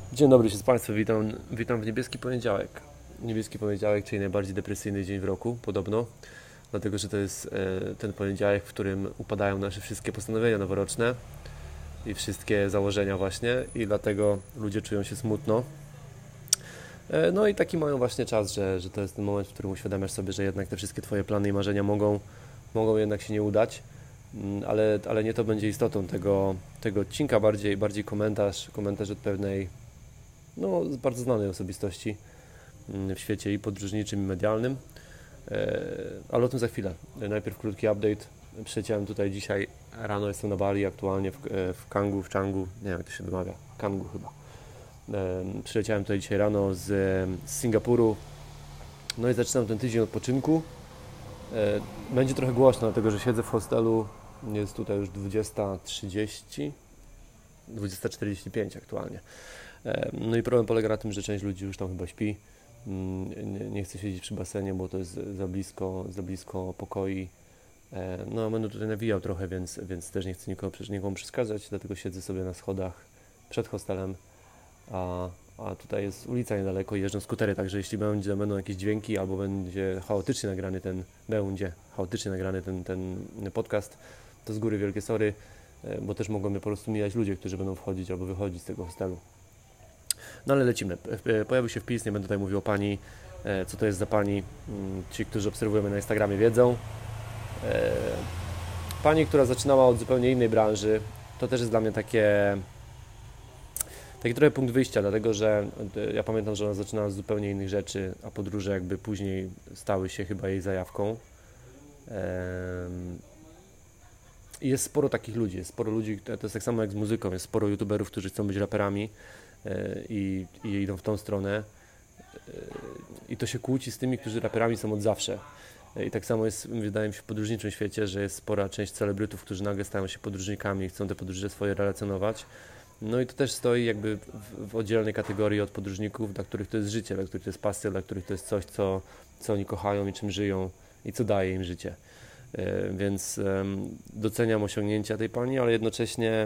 Dzień dobry się z Państwem, witam w niebieski poniedziałek. Niebieski poniedziałek, czyli najbardziej depresyjny dzień w roku, podobno. Dlatego, że to jest ten poniedziałek, w którym upadają nasze wszystkie postanowienia noworoczne i wszystkie założenia właśnie i dlatego ludzie czują się smutno. No i taki mają właśnie czas, że to jest ten moment, w którym uświadamiasz sobie, że jednak te wszystkie Twoje plany i marzenia mogą jednak się nie udać. Ale nie to będzie istotą tego odcinka, bardziej komentarz od pewnej bardzo znanej osobistości w świecie i podróżniczym, i medialnym. Ale o tym za chwilę. Najpierw krótki update. Przyleciałem tutaj dzisiaj rano, jestem na Bali aktualnie w Canggu, nie wiem jak to się wymawia, Canggu chyba. Przyleciałem tutaj dzisiaj rano z Singapuru. No i zaczynam ten tydzień odpoczynku. Będzie trochę głośno, dlatego że siedzę w hostelu. Jest tutaj już 20:30, 20:45 aktualnie. No i problem polega na tym, że część ludzi już tam chyba śpi. Nie chce siedzieć przy basenie, bo to jest za blisko pokoi. No a będę tutaj nawijał trochę, więc też nie chcę nikomu przeszkadzać, dlatego siedzę sobie na schodach przed hostelem, a tutaj jest ulica niedaleko i jeżdżą skutery, także jeśli będą jakieś dźwięki albo będzie chaotycznie nagrany ten podcast, to z góry wielkie sorry, bo też mogą mnie po prostu mijać ludzie, którzy będą wchodzić albo wychodzić z tego hostelu. No ale lecimy. Pojawił się wpis, nie będę tutaj mówił o pani, co to jest za pani. Ci, którzy obserwują mnie na Instagramie, wiedzą. Pani, która zaczynała od zupełnie innej branży, to też jest dla mnie taki trochę punkt wyjścia, dlatego że ja pamiętam, że ona zaczynała z zupełnie innych rzeczy, a podróże jakby później stały się chyba jej zajawką. I jest sporo takich ludzi, to jest tak samo jak z muzyką, jest sporo youtuberów, którzy chcą być raperami i idą w tą stronę i to się kłóci z tymi, którzy raperami są od zawsze. I tak samo jest, wydaje mi się, w podróżniczym świecie, że jest spora część celebrytów, którzy nagle stają się podróżnikami i chcą te podróże swoje relacjonować. No i to też stoi jakby w oddzielnej kategorii od podróżników, dla których to jest życie, dla których to jest pasja, dla których to jest coś, co oni kochają i czym żyją i co daje im życie. Więc doceniam osiągnięcia tej pani, ale jednocześnie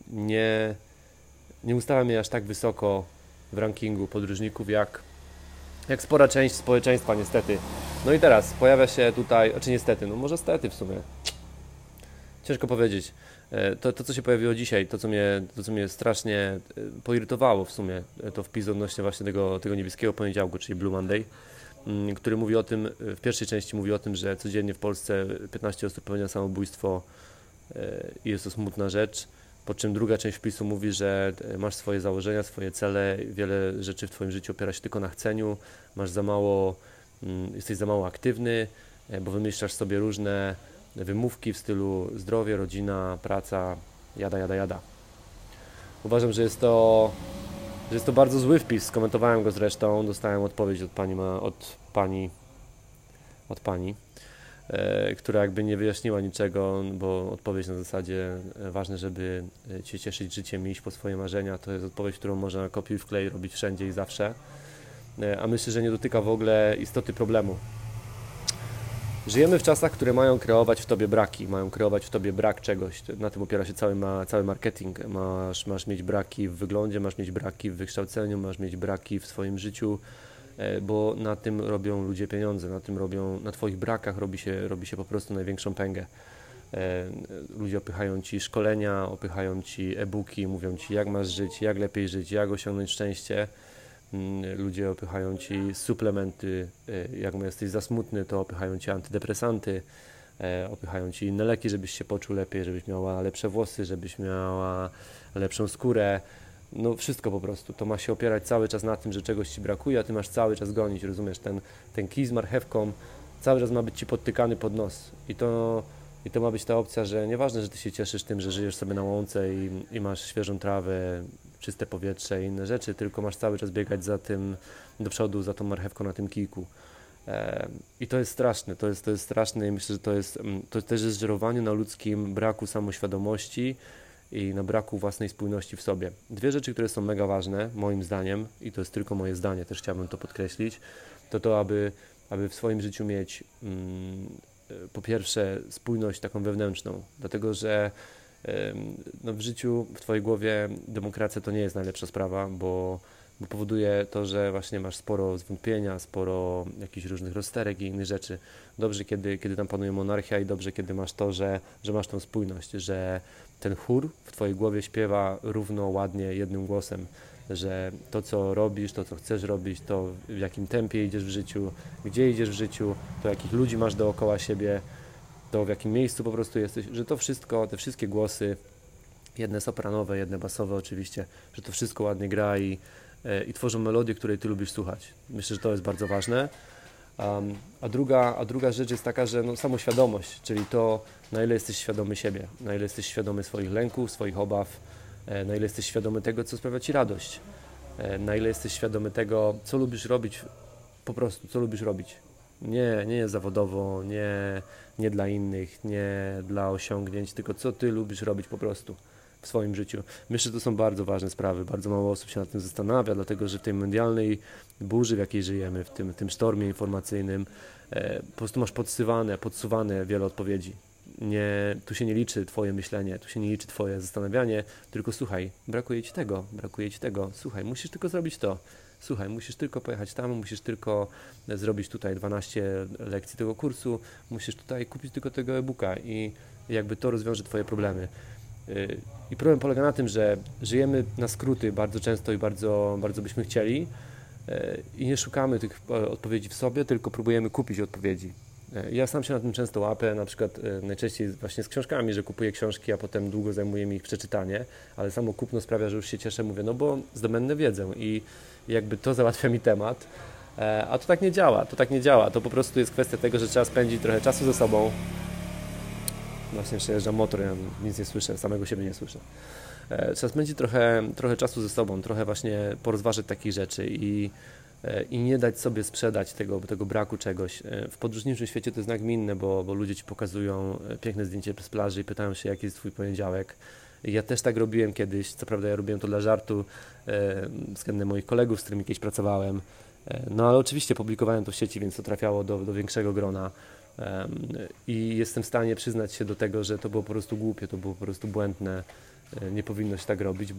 nie ustawiam jej aż tak wysoko w rankingu podróżników, jak spora część społeczeństwa niestety. No i teraz pojawia się tutaj, niestety, no może stety w sumie, ciężko powiedzieć. To co się pojawiło dzisiaj, to co mnie strasznie poirytowało w sumie, to wpis odnośnie właśnie tego niebieskiego poniedziałku, czyli Blue Monday, który mówi o tym, w pierwszej części mówi o tym, że codziennie w Polsce 15 osób popełnia samobójstwo i jest to smutna rzecz, po czym druga część wpisu mówi, że masz swoje założenia, swoje cele, wiele rzeczy w Twoim życiu opiera się tylko na chceniu, jesteś za mało aktywny, bo wymyślasz sobie różne wymówki w stylu zdrowie, rodzina, praca, jada. Uważam, że jest to bardzo zły wpis, skomentowałem go zresztą, dostałem odpowiedź od pani, która jakby nie wyjaśniła niczego, bo odpowiedź na zasadzie ważne, żeby Cię cieszyć życiem i iść po swoje marzenia, to jest odpowiedź, którą można kopiuj wklej robić wszędzie i zawsze, a myślę, że nie dotyka w ogóle istoty problemu. Żyjemy w czasach, które mają kreować w Tobie braki, mają kreować w Tobie brak czegoś. Na tym opiera się cały marketing. Masz mieć braki w wyglądzie, masz mieć braki w wykształceniu, masz mieć braki w swoim życiu, bo na tym robią ludzie pieniądze, na Twoich brakach robi się po prostu największą pęgę. Ludzie opychają Ci szkolenia, opychają Ci e-booki, mówią Ci jak masz żyć, jak lepiej żyć, jak osiągnąć szczęście. Ludzie opychają Ci suplementy, jak jesteś za smutny, to opychają Ci antydepresanty, opychają Ci inne leki, żebyś się poczuł lepiej, żebyś miała lepsze włosy, żebyś miała lepszą skórę. No wszystko po prostu. To ma się opierać cały czas na tym, że czegoś Ci brakuje, a Ty masz cały czas gonić, rozumiesz? Ten kij z marchewką cały czas ma być Ci podtykany pod nos. I to ma być ta opcja, że nieważne, że Ty się cieszysz tym, że żyjesz sobie na łące i masz świeżą trawę, czyste powietrze i inne rzeczy, tylko masz cały czas biegać za tym do przodu, za tą marchewką na tym kijku. I to jest straszne, to jest straszne i myślę, że to też jest żerowanie na ludzkim braku samoświadomości i na braku własnej spójności w sobie. Dwie rzeczy, które są mega ważne, moim zdaniem, i to jest tylko moje zdanie, też chciałbym to podkreślić, to aby w swoim życiu mieć po pierwsze spójność taką wewnętrzną, dlatego że No w życiu, w twojej głowie demokracja to nie jest najlepsza sprawa, bo powoduje to, że właśnie masz sporo zwątpienia, sporo jakichś różnych rozterek i innych rzeczy. Dobrze, kiedy tam panuje monarchia i dobrze, kiedy masz to, że masz tą spójność, że ten chór w twojej głowie śpiewa równo, ładnie, jednym głosem, że to, co robisz, to, co chcesz robić, to w jakim tempie idziesz w życiu, gdzie idziesz w życiu, to jakich ludzi masz dookoła siebie, to w jakim miejscu po prostu jesteś, że to wszystko, te wszystkie głosy, jedne sopranowe, jedne basowe oczywiście, że to wszystko ładnie gra i tworzą melodię, której ty lubisz słuchać. Myślę, że to jest bardzo ważne. A druga rzecz jest taka, że samoświadomość, czyli to, na ile jesteś świadomy siebie, na ile jesteś świadomy swoich lęków, swoich obaw, na ile jesteś świadomy tego, co sprawia ci radość, na ile jesteś świadomy tego, co lubisz robić, po prostu, co lubisz robić. Nie zawodowo, nie dla innych, nie dla osiągnięć, tylko co ty lubisz robić po prostu w swoim życiu. Myślę, że to są bardzo ważne sprawy. Bardzo mało osób się nad tym zastanawia, dlatego że w tej medialnej burzy, w jakiej żyjemy, w tym sztormie informacyjnym, po prostu masz podsuwane wiele odpowiedzi. Tu się nie liczy twoje myślenie, tu się nie liczy twoje zastanawianie, tylko słuchaj, brakuje ci tego, słuchaj, musisz tylko zrobić to. Słuchaj, musisz tylko pojechać tam, musisz tylko zrobić tutaj 12 lekcji tego kursu, musisz tutaj kupić tylko tego e-booka i jakby to rozwiąże twoje problemy. I problem polega na tym, że żyjemy na skróty bardzo często i bardzo byśmy chcieli i nie szukamy tych odpowiedzi w sobie, tylko próbujemy kupić odpowiedzi. Ja sam się na tym często łapię, na przykład najczęściej właśnie z książkami, że kupuję książki, a potem długo zajmuje mi ich przeczytanie, ale samo kupno sprawia, że już się cieszę, mówię, no bo zdobędę wiedzę i jakby to załatwia mi temat, a to tak nie działa, to po prostu jest kwestia tego, że trzeba spędzić trochę czasu ze sobą. Właśnie przejeżdża motor, ja nic nie słyszę, samego siebie nie słyszę. Trzeba spędzić trochę czasu ze sobą, trochę właśnie porozważyć takich rzeczy i nie dać sobie sprzedać tego braku czegoś. W podróżniczym świecie to jest nagminne, bo ludzie ci pokazują piękne zdjęcie z plaży i pytają się, jaki jest twój poniedziałek. Ja też tak robiłem kiedyś, co prawda ja robiłem to dla żartu względem moich kolegów, z którymi kiedyś pracowałem, no ale oczywiście publikowałem to w sieci, więc to trafiało do większego grona. I jestem w stanie przyznać się do tego, że to było po prostu głupie, to było po prostu błędne, nie powinno się tak robić,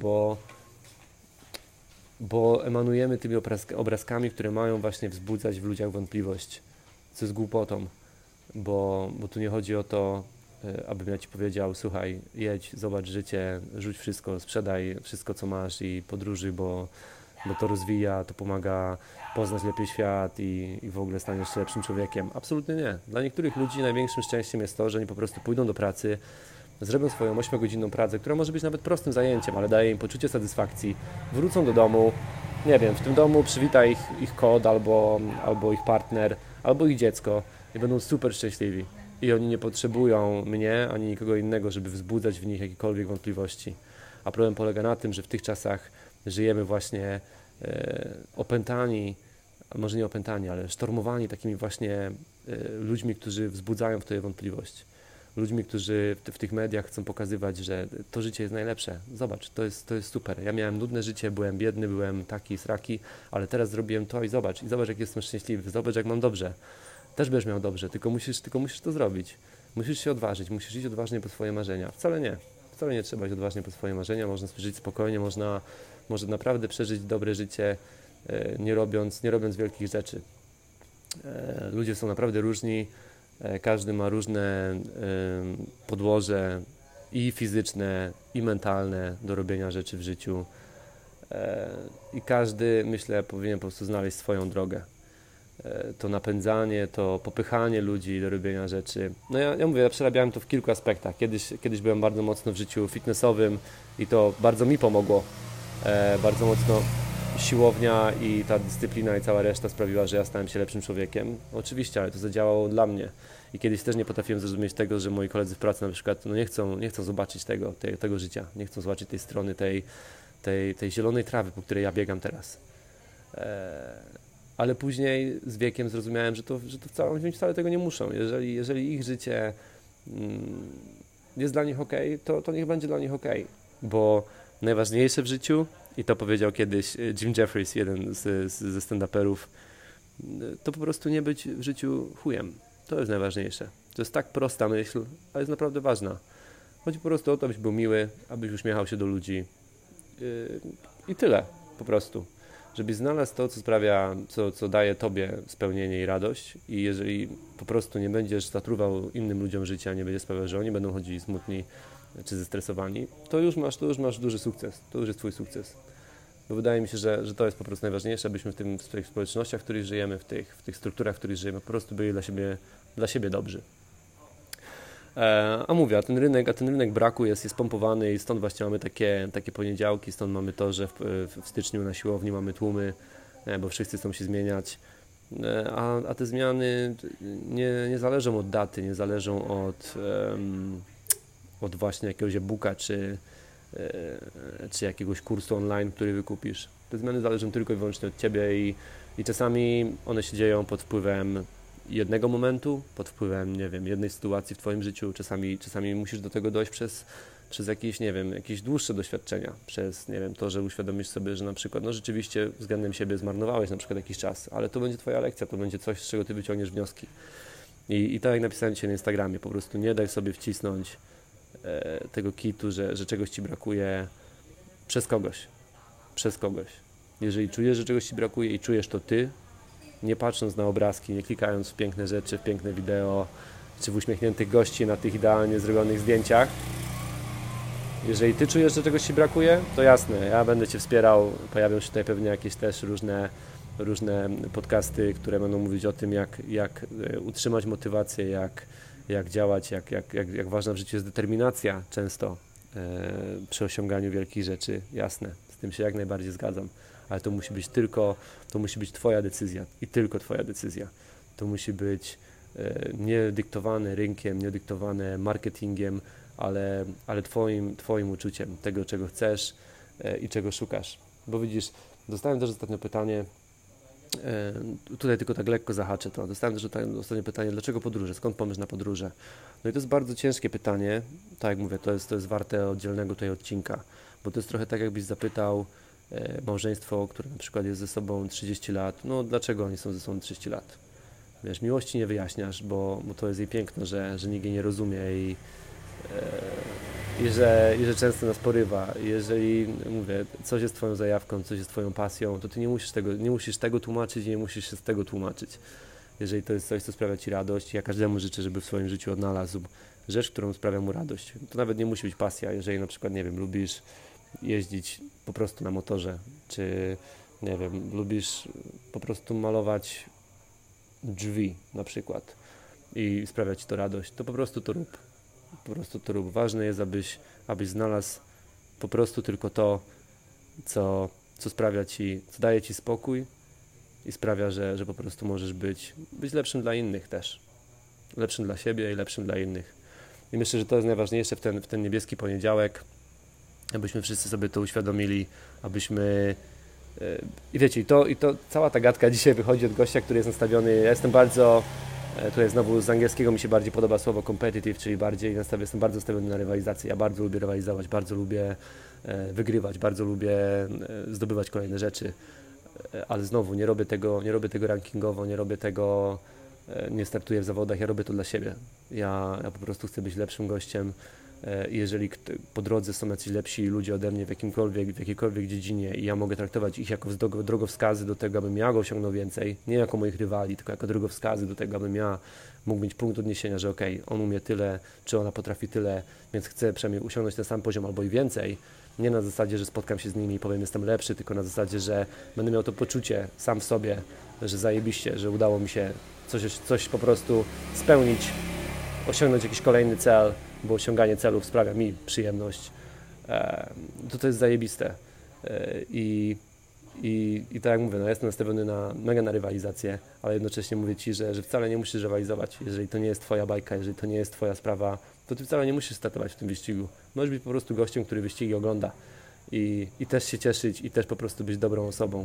bo emanujemy tymi obrazkami, które mają właśnie wzbudzać w ludziach wątpliwość, co jest głupotą, bo tu nie chodzi o to, abym ja ci powiedział, słuchaj, jedź, zobacz życie, rzuć wszystko, sprzedaj wszystko, co masz i podróżuj, bo to rozwija, to pomaga poznać lepiej świat i w ogóle staniesz się lepszym człowiekiem. Absolutnie nie. Dla niektórych ludzi największym szczęściem jest to, że oni po prostu pójdą do pracy, zrobią swoją 8-godzinną pracę, która może być nawet prostym zajęciem, ale daje im poczucie satysfakcji. Wrócą do domu, nie wiem, w tym domu przywita ich kot albo ich partner, albo ich dziecko i będą super szczęśliwi. I oni nie potrzebują mnie, ani nikogo innego, żeby wzbudzać w nich jakiekolwiek wątpliwości. A problem polega na tym, że w tych czasach żyjemy właśnie opętani, może nie opętani, ale sztormowani takimi właśnie ludźmi, którzy wzbudzają w tobie wątpliwość. Ludźmi, którzy w tych mediach chcą pokazywać, że to życie jest najlepsze. Zobacz, to jest super. Ja miałem nudne życie, byłem biedny, byłem taki, sraki, ale teraz zrobiłem to i zobacz, jak jestem szczęśliwy, zobacz, jak mam dobrze. Też będziesz miał dobrze, tylko musisz to zrobić. Musisz się odważyć, musisz iść odważnie po swoje marzenia. Wcale nie trzeba iść odważnie po swoje marzenia, można żyć spokojnie, można naprawdę przeżyć dobre życie, nie robiąc wielkich rzeczy. Ludzie są naprawdę różni, każdy ma różne podłoże i fizyczne, i mentalne do robienia rzeczy w życiu i każdy, myślę, powinien po prostu znaleźć swoją drogę. To napędzanie, to popychanie ludzi do robienia rzeczy. No ja mówię, ja przerabiałem to w kilku aspektach. Kiedyś byłem bardzo mocno w życiu fitnessowym i to bardzo mi pomogło. Bardzo mocno siłownia i ta dyscyplina i cała reszta sprawiła, że ja stałem się lepszym człowiekiem. Oczywiście, ale to zadziałało dla mnie. I kiedyś też nie potrafiłem zrozumieć tego, że moi koledzy w pracy na przykład nie chcą zobaczyć tego życia, nie chcą zobaczyć tej strony, tej zielonej trawy, po której ja biegam teraz. Ale później z wiekiem zrozumiałem, że to wcale tego nie muszą. Jeżeli ich życie jest dla nich okej, to niech będzie dla nich okej. Bo najważniejsze w życiu, i to powiedział kiedyś Jim Jeffries, jeden ze stand-uperów, to po prostu nie być w życiu chujem. To jest najważniejsze. To jest tak prosta myśl, ale jest naprawdę ważna. Chodzi po prostu o to, abyś był miły, abyś uśmiechał się do ludzi i tyle po prostu. Żebyś znalazł to, co sprawia, co daje tobie spełnienie i radość i jeżeli po prostu nie będziesz zatruwał innym ludziom życia, nie będziesz sprawiał, że oni będą chodzili smutni czy zestresowani, to już masz duży sukces, to już jest twój sukces. Bo wydaje mi się, że to jest po prostu najważniejsze, abyśmy w tych społecznościach, w których żyjemy, w tych strukturach, w których żyjemy, po prostu byli dla siebie dobrzy. A mówię, a ten rynek braku jest pompowany i stąd właśnie mamy takie poniedziałki, stąd mamy to, że w styczniu na siłowni mamy tłumy, bo wszyscy chcą się zmieniać, a te zmiany nie zależą od daty, nie zależą od właśnie jakiegoś e-booka czy jakiegoś kursu online, który wykupisz. Te zmiany zależą tylko i wyłącznie od ciebie i czasami one się dzieją pod wpływem jednego momentu, pod wpływem, nie wiem, jednej sytuacji w twoim życiu. Czasami musisz do tego dojść przez jakieś, nie wiem, jakieś dłuższe doświadczenia, przez, nie wiem, to, że uświadomisz sobie, że na przykład, no rzeczywiście względem siebie zmarnowałeś na przykład jakiś czas, ale to będzie twoja lekcja, to będzie coś, z czego ty wyciągniesz wnioski. I tak jak napisałem dzisiaj na Instagramie, po prostu nie daj sobie wcisnąć tego kitu, że czegoś ci brakuje przez kogoś. Jeżeli czujesz, że czegoś ci brakuje i czujesz to ty, nie patrząc na obrazki, nie klikając w piękne rzeczy, w piękne wideo, czy w uśmiechniętych gości na tych idealnie zrobionych zdjęciach. Jeżeli ty czujesz, że czegoś ci brakuje, to jasne, ja będę cię wspierał, pojawią się tutaj pewnie jakieś też różne podcasty, które będą mówić o tym, jak utrzymać motywację, jak działać, jak ważna w życiu jest determinacja często przy osiąganiu wielkich rzeczy, jasne, z tym się jak najbardziej zgadzam. Ale to musi być twoja decyzja i tylko twoja decyzja. To musi być nie dyktowane rynkiem, nie dyktowane marketingiem, ale twoim uczuciem tego, czego chcesz i czego szukasz. Bo widzisz, dostałem też ostatnio pytanie, tutaj tylko tak lekko zahaczę to, dostałem też ostatnie pytanie, dlaczego podróże, skąd pomysł na podróże? No i to jest bardzo ciężkie pytanie, tak jak mówię, to jest warte oddzielnego tutaj odcinka, bo to jest trochę tak, jakbyś zapytał małżeństwo, które na przykład jest ze sobą 30 lat, no dlaczego oni są ze sobą 30 lat? Wiesz, miłości nie wyjaśniasz, bo to jest jej piękno, że nikt jej nie rozumie i że często nas porywa. Jeżeli, mówię, coś jest twoją zajawką, coś jest twoją pasją, to ty nie musisz tego tłumaczyć i nie musisz się z tego tłumaczyć. Jeżeli to jest coś, co sprawia ci radość, ja każdemu życzę, żeby w swoim życiu odnalazł rzecz, którą sprawia mu radość. To nawet nie musi być pasja, jeżeli na przykład, nie wiem, lubisz jeździć po prostu na motorze, czy nie wiem, lubisz po prostu malować drzwi na przykład i sprawia ci to radość, to po prostu to rób. Po prostu to rób. Ważne jest, abyś znalazł po prostu tylko to, co sprawia ci, co daje ci spokój i sprawia, że po prostu możesz być lepszym dla innych też. Lepszym dla siebie i lepszym dla innych. I myślę, że to jest najważniejsze w ten niebieski poniedziałek, abyśmy wszyscy sobie to uświadomili, abyśmy i wiecie, i to cała ta gadka dzisiaj wychodzi od gościa, który jest nastawiony, ja jestem bardzo, tutaj znowu z angielskiego mi się bardziej podoba słowo competitive, czyli jestem bardzo nastawiony na rywalizację, ja bardzo lubię rywalizować, bardzo lubię wygrywać, bardzo lubię zdobywać kolejne rzeczy, ale znowu nie robię tego rankingowo, nie startuję w zawodach, ja robię to dla siebie, ja po prostu chcę być lepszym gościem. Jeżeli po drodze są jacyś lepsi ludzie ode mnie w jakiejkolwiek dziedzinie i ja mogę traktować ich jako drogowskazy do tego, abym ja go osiągnął więcej, nie jako moich rywali, tylko jako drogowskazy do tego, abym ja mógł mieć punkt odniesienia, że okej, on umie tyle, czy ona potrafi tyle, więc chcę przynajmniej osiągnąć ten sam poziom albo i więcej. Nie na zasadzie, że spotkam się z nimi i powiem, jestem lepszy, tylko na zasadzie, że będę miał to poczucie sam w sobie, że zajebiście, że udało mi się coś po prostu spełnić, osiągnąć jakiś kolejny cel, bo osiąganie celów sprawia mi przyjemność, to jest zajebiste. I tak jak mówię, no jestem nastawiony mega na rywalizację, ale jednocześnie mówię ci, że wcale nie musisz rywalizować. Jeżeli to nie jest twoja bajka, jeżeli to nie jest twoja sprawa, to ty wcale nie musisz startować w tym wyścigu. Możesz być po prostu gościem, który wyścigi ogląda i też się cieszyć i też po prostu być dobrą osobą.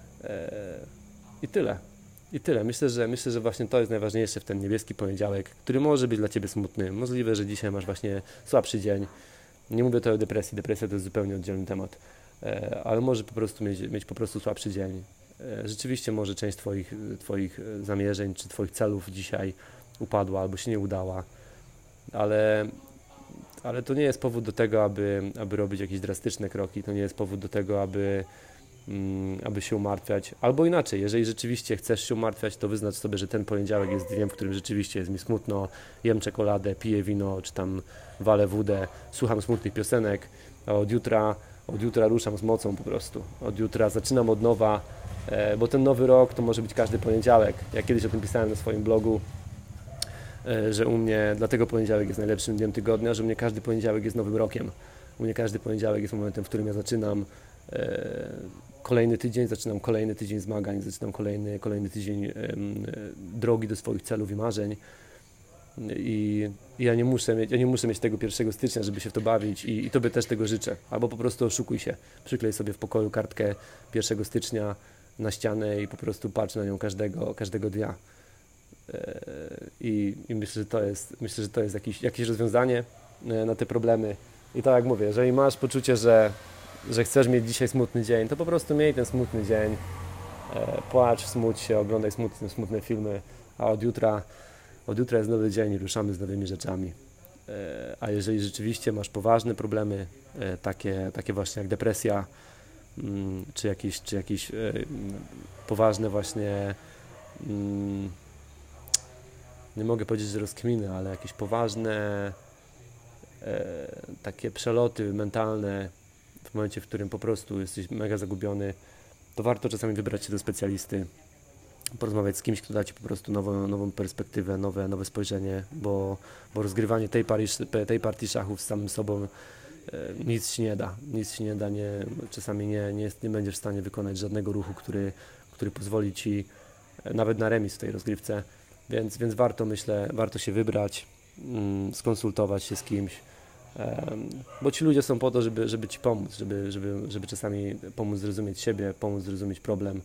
I tyle. Myślę, że właśnie to jest najważniejsze w ten niebieski poniedziałek, który może być dla ciebie smutny. Możliwe, że dzisiaj masz właśnie słabszy dzień. Nie mówię tutaj o depresji. Depresja to jest zupełnie oddzielny temat. Ale może po prostu mieć po prostu słabszy dzień. Rzeczywiście może część twoich zamierzeń czy twoich celów dzisiaj upadła albo się nie udała. Ale ale to nie jest powód do tego, aby robić jakieś drastyczne kroki, to nie jest powód do tego, aby się umartwiać, albo inaczej, jeżeli rzeczywiście chcesz się umartwiać, to wyznacz sobie, że ten poniedziałek jest dniem, w którym rzeczywiście jest mi smutno, jem czekoladę, piję wino, czy tam walę wódę, słucham smutnych piosenek, a od jutra ruszam z mocą po prostu, od jutra zaczynam od nowa, bo ten nowy rok to może być każdy poniedziałek. Ja kiedyś o tym pisałem na swoim blogu, że u mnie dlatego poniedziałek jest najlepszym dniem tygodnia, że u mnie każdy poniedziałek jest nowym rokiem. U mnie każdy poniedziałek jest momentem, w którym ja zaczynam kolejny tydzień, zaczynam kolejny tydzień zmagań, zaczynam kolejny tydzień drogi do swoich celów i marzeń. I ja nie muszę mieć tego 1 stycznia, żeby się w to bawić i Tobie też tego życzę. Albo po prostu oszukuj się. Przyklej sobie w pokoju kartkę 1 stycznia na ścianę i po prostu patrz na nią każdego dnia. I myślę, że to jest jakieś rozwiązanie na te problemy. I tak jak mówię, jeżeli masz poczucie, że chcesz mieć dzisiaj smutny dzień, to po prostu miej ten smutny dzień, płacz, smuć się, oglądaj smutne filmy, a od jutra jest nowy dzień i ruszamy z nowymi rzeczami. A jeżeli rzeczywiście masz poważne problemy, takie właśnie jak depresja, czy jakieś poważne właśnie, nie mogę powiedzieć, że rozkminy, ale jakieś poważne takie przeloty mentalne w momencie, w którym po prostu jesteś mega zagubiony, to warto czasami wybrać się do specjalisty, porozmawiać z kimś, kto da Ci po prostu nową perspektywę, nowe spojrzenie, bo rozgrywanie tej partii szachów z samym sobą nic Ci nie da, czasami nie będziesz w stanie wykonać żadnego ruchu, który pozwoli Ci nawet na remis w tej rozgrywce, więc warto się wybrać, skonsultować się z kimś, bo ci ludzie są po to, żeby Ci pomóc, żeby czasami pomóc zrozumieć siebie, pomóc zrozumieć problem,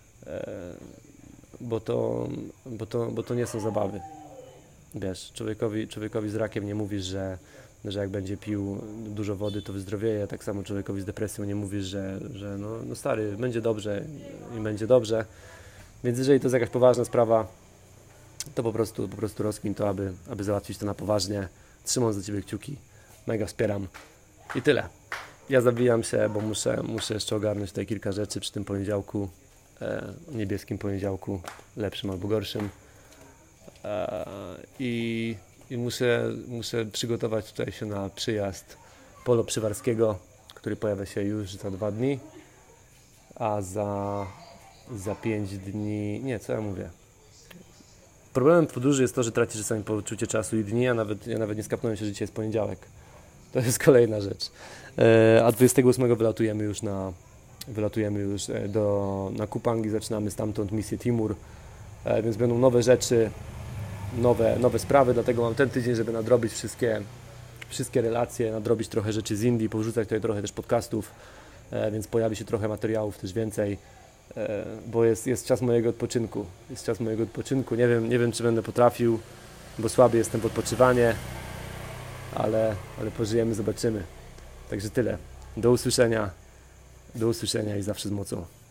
bo to nie są zabawy. Wiesz, człowiekowi z rakiem nie mówisz, że jak będzie pił dużo wody, to wyzdrowieje, tak samo człowiekowi z depresją nie mówisz, że no stary, będzie dobrze i będzie dobrze, więc jeżeli to jest jakaś poważna sprawa, to po prostu rozkmin to, aby załatwić to na poważnie. Trzymam za Ciebie kciuki, mega wspieram i tyle. Ja zabijam się, bo muszę jeszcze ogarnąć tutaj kilka rzeczy przy tym poniedziałku, niebieskim poniedziałku, lepszym albo gorszym, i muszę przygotować tutaj się na przyjazd Polo Przywarskiego, który pojawia się już za 2 dni, a za 5 dni, nie, co ja mówię? Problemem w podróży jest to, że tracisz czasami poczucie czasu i dni, ja nawet nie skapnąłem się, że dzisiaj jest poniedziałek. To jest kolejna rzecz. A 28 wylatujemy już na Kupangi, zaczynamy stamtąd misję Timur, więc będą nowe rzeczy, nowe sprawy, dlatego mam ten tydzień, żeby nadrobić wszystkie relacje, nadrobić trochę rzeczy z Indii, powrzucać tutaj trochę też podcastów, więc pojawi się trochę materiałów też więcej, bo jest czas mojego odpoczynku. Nie wiem, czy będę potrafił, bo słaby jestem w odpoczywanie, ale pożyjemy, zobaczymy. Także tyle. Do usłyszenia i zawsze z mocą.